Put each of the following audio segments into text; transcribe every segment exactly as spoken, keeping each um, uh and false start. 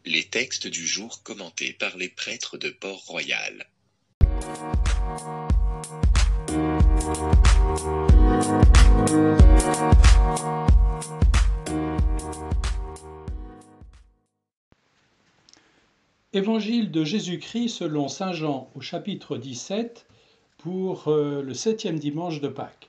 Les textes du jour commentés par les prêtres de Port-Royal. Évangile de Jésus-Christ selon saint Jean au chapitre dix-sept pour euh, le septième dimanche de Pâques.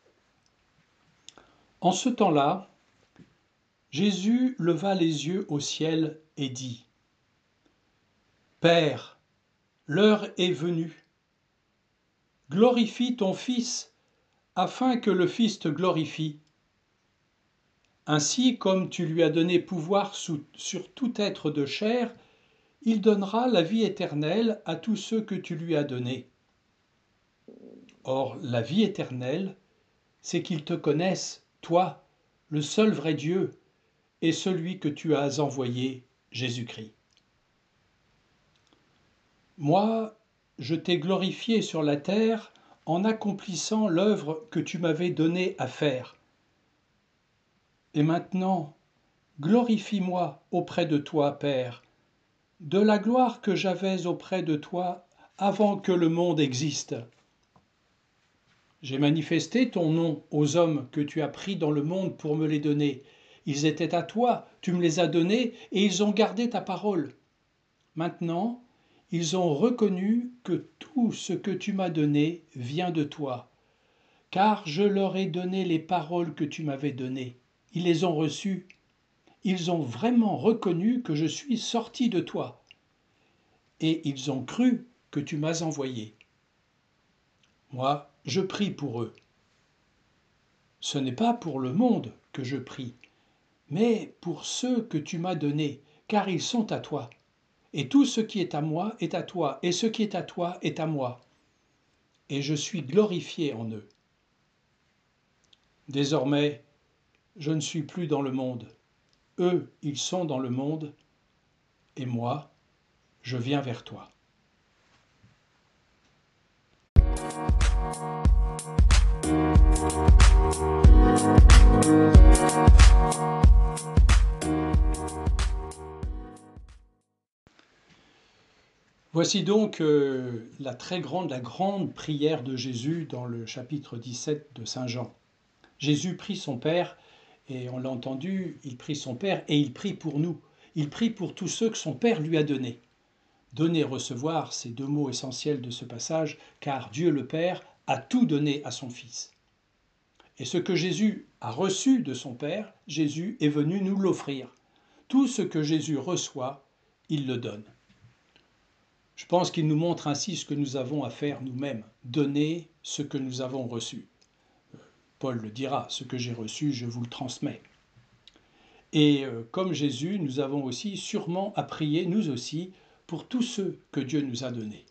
En ce temps-là, Jésus leva les yeux au ciel et dit : « Père, l'heure est venue. Glorifie ton Fils, afin que le Fils te glorifie. Ainsi, comme tu lui as donné pouvoir sous, sur tout être de chair, il donnera la vie éternelle à tous ceux que tu lui as donnés. Or, la vie éternelle, c'est qu'ils te connaissent, toi, le seul vrai Dieu, et celui que tu as envoyé, Jésus-Christ. Moi, je t'ai glorifié sur la terre en accomplissant l'œuvre que tu m'avais donnée à faire. Et maintenant, glorifie-moi auprès de toi, Père, de la gloire que j'avais auprès de toi avant que le monde existe. J'ai manifesté ton nom aux hommes que tu as pris dans le monde pour me les donner. Ils étaient à toi, tu me les as donnés, et ils ont gardé ta parole. Maintenant, ils ont reconnu que tout ce que tu m'as donné vient de toi, car je leur ai donné les paroles que tu m'avais données. Ils les ont reçues. Ils ont vraiment reconnu que je suis sorti de toi, et ils ont cru que tu m'as envoyé. Moi, je prie pour eux. Ce n'est pas pour le monde que je prie, mais pour ceux que tu m'as donnés, car ils sont à toi. Et tout ce qui est à moi est à toi, et ce qui est à toi est à moi. Et je suis glorifié en eux. Désormais, je ne suis plus dans le monde. Eux, ils sont dans le monde, et moi, je viens vers toi. Voici donc euh, la très grande, la grande prière de Jésus dans le chapitre dix-sept de saint Jean. Jésus prie son Père, et on l'a entendu, il prie son Père et il prie pour nous. Il prie pour tous ceux que son Père lui a donnés. Donner, recevoir, c'est deux mots essentiels de ce passage, car Dieu le Père a tout donné à son Fils. Et ce que Jésus a reçu de son Père, Jésus est venu nous l'offrir. Tout ce que Jésus reçoit, il le donne. Je pense qu'il nous montre ainsi ce que nous avons à faire nous-mêmes, donner ce que nous avons reçu. Paul le dira, ce que j'ai reçu, je vous le transmets. Et euh, comme Jésus, nous avons aussi sûrement à prier, nous aussi, pour tous ceux que Dieu nous a donnés.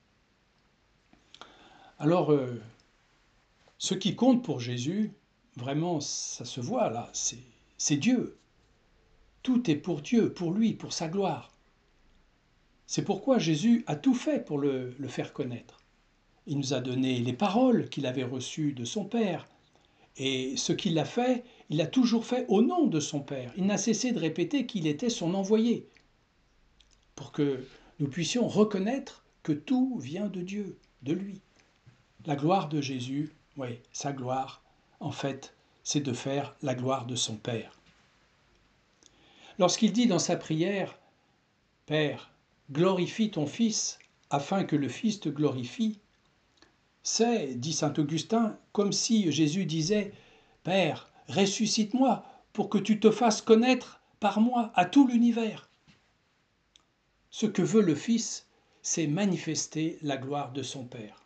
Alors, euh, ce qui compte pour Jésus, vraiment, ça se voit là, c'est, c'est Dieu. Tout est pour Dieu, pour lui, pour sa gloire. C'est pourquoi Jésus a tout fait pour le, le faire connaître. Il nous a donné les paroles qu'il avait reçues de son Père. Et ce qu'il a fait, il a toujours fait au nom de son Père. Il n'a cessé de répéter qu'il était son envoyé, pour que nous puissions reconnaître que tout vient de Dieu, de lui. La gloire de Jésus, oui, sa gloire, en fait, c'est de faire la gloire de son Père. Lorsqu'il dit dans sa prière « Père, glorifie ton Fils, afin que le Fils te glorifie », c'est, dit saint Augustin, comme si Jésus disait « Père, ressuscite-moi pour que tu te fasses connaître par moi à tout l'univers ». Ce que veut le Fils, c'est manifester la gloire de son Père.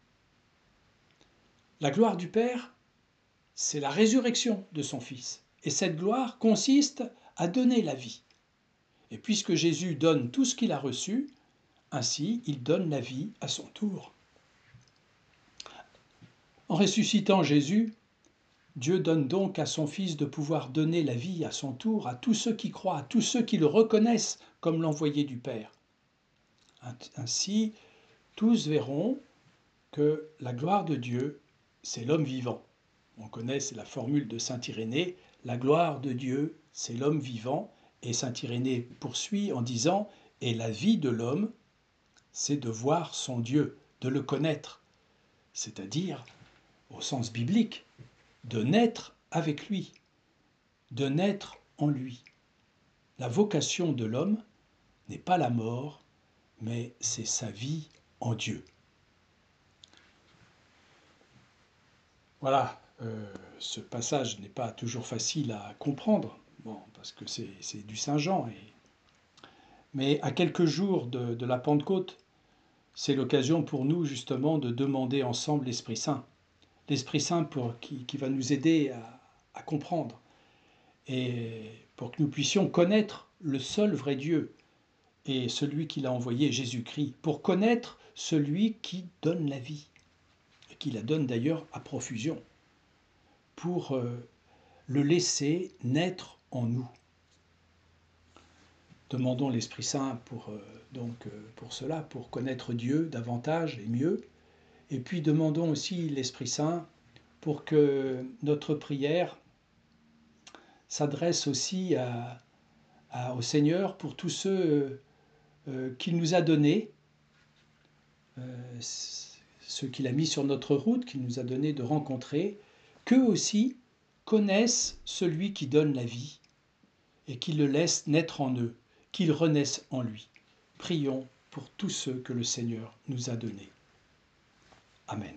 La gloire du Père, c'est la résurrection de son Fils. Et cette gloire consiste à donner la vie. Et puisque Jésus donne tout ce qu'il a reçu, ainsi il donne la vie à son tour. En ressuscitant Jésus, Dieu donne donc à son Fils de pouvoir donner la vie à son tour à tous ceux qui croient, à tous ceux qui le reconnaissent comme l'envoyé du Père. Ainsi, tous verront que la gloire de Dieu, c'est l'homme vivant. On connaît, c'est la formule de saint Irénée, la gloire de Dieu, c'est l'homme vivant, Et saint Irénée poursuit en disant « Et la vie de l'homme, c'est de voir son Dieu, de le connaître, c'est-à-dire, au sens biblique, de naître avec lui, de naître en lui. La vocation de l'homme n'est pas la mort, mais c'est sa vie en Dieu. » Voilà, euh, ce passage n'est pas toujours facile à comprendre, bon, parce que c'est, c'est du Saint Jean. Et... Mais à quelques jours de, de la Pentecôte, c'est l'occasion pour nous justement de demander ensemble l'Esprit Saint. L'Esprit Saint pour, qui, qui va nous aider à, à comprendre et pour que nous puissions connaître le seul vrai Dieu et celui qui l'a envoyé, Jésus-Christ, pour connaître celui qui donne la vie, et qui la donne d'ailleurs à profusion, pour euh, le laisser naître en nous. Demandons l'Esprit Saint pour, euh, donc, euh, pour cela, pour connaître Dieu davantage et mieux. Et puis demandons aussi l'Esprit Saint pour que notre prière s'adresse aussi à, à, au Seigneur pour tous ceux euh, qu'il nous a donnés, euh, ceux qu'il a mis sur notre route, qu'il nous a donné de rencontrer, qu'eux aussi connaissent celui qui donne la vie et qui le laisse naître en eux, qu'ils renaissent en lui. Prions pour tous ceux que le Seigneur nous a donnés. Amen.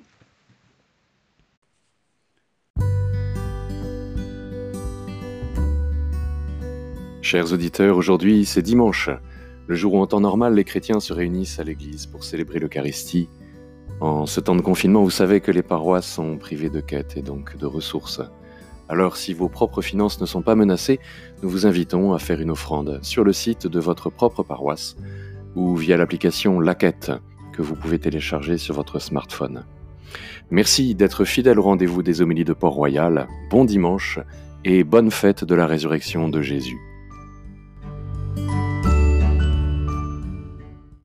Chers auditeurs, aujourd'hui c'est dimanche, le jour où en temps normal les chrétiens se réunissent à l'église pour célébrer l'Eucharistie. En ce temps de confinement, vous savez que les paroisses sont privées de quêtes et donc de ressources. Alors si vos propres finances ne sont pas menacées, nous vous invitons à faire une offrande sur le site de votre propre paroisse ou via l'application La Quête que vous pouvez télécharger sur votre smartphone. Merci d'être fidèle au rendez-vous des homélies de Port-Royal. Bon dimanche et bonne fête de la résurrection de Jésus.